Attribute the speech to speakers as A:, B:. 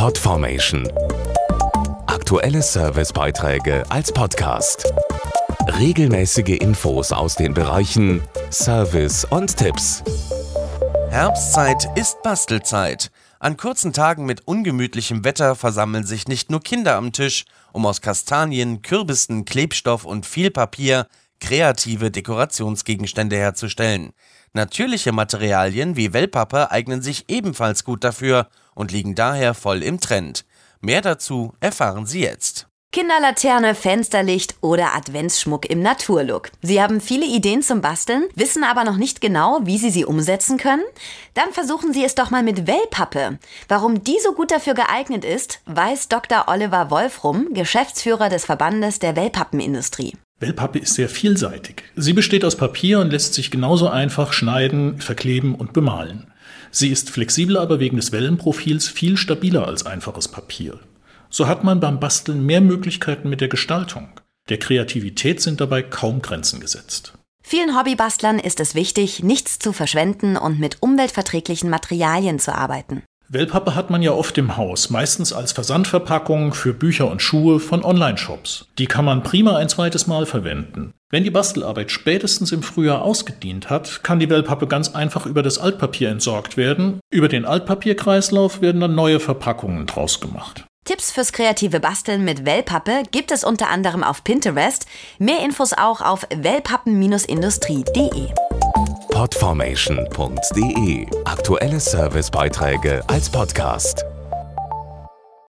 A: Podformation. Aktuelle Servicebeiträge als Podcast. Regelmäßige Infos aus den Bereichen Service und Tipps.
B: Herbstzeit ist Bastelzeit. An kurzen Tagen mit ungemütlichem Wetter versammeln sich nicht nur Kinder am Tisch, um aus Kastanien, Kürbissen, Klebstoff und viel Papier kreative Dekorationsgegenstände herzustellen. Natürliche Materialien wie Wellpappe eignen sich ebenfalls gut dafür und liegen daher voll im Trend. Mehr dazu erfahren Sie jetzt.
C: Kinderlaterne, Fensterlicht oder Adventsschmuck im Naturlook. Sie haben viele Ideen zum Basteln, wissen aber noch nicht genau, wie Sie sie umsetzen können? Dann versuchen Sie es doch mal mit Wellpappe. Warum die so gut dafür geeignet ist, weiß Dr. Oliver Wolfrum, Geschäftsführer des Verbandes der Wellpappenindustrie.
D: Wellpappe ist sehr vielseitig. Sie besteht aus Papier und lässt sich genauso einfach schneiden, verkleben und bemalen. Sie ist flexibler, aber wegen des Wellenprofils viel stabiler als einfaches Papier. So hat man beim Basteln mehr Möglichkeiten mit der Gestaltung. Der Kreativität sind dabei kaum Grenzen gesetzt.
C: Vielen Hobbybastlern ist es wichtig, nichts zu verschwenden und mit umweltverträglichen Materialien zu arbeiten.
D: Wellpappe hat man ja oft im Haus, meistens als Versandverpackung für Bücher und Schuhe von Online-Shops. Die kann man prima ein zweites Mal verwenden. Wenn die Bastelarbeit spätestens im Frühjahr ausgedient hat, kann die Wellpappe ganz einfach über das Altpapier entsorgt werden. Über den Altpapierkreislauf werden dann neue Verpackungen draus gemacht.
C: Tipps fürs kreative Basteln mit Wellpappe gibt es unter anderem auf Pinterest. Mehr Infos auch auf wellpappen-industrie.de.
A: Podformation.de. Aktuelle Servicebeiträge als Podcast.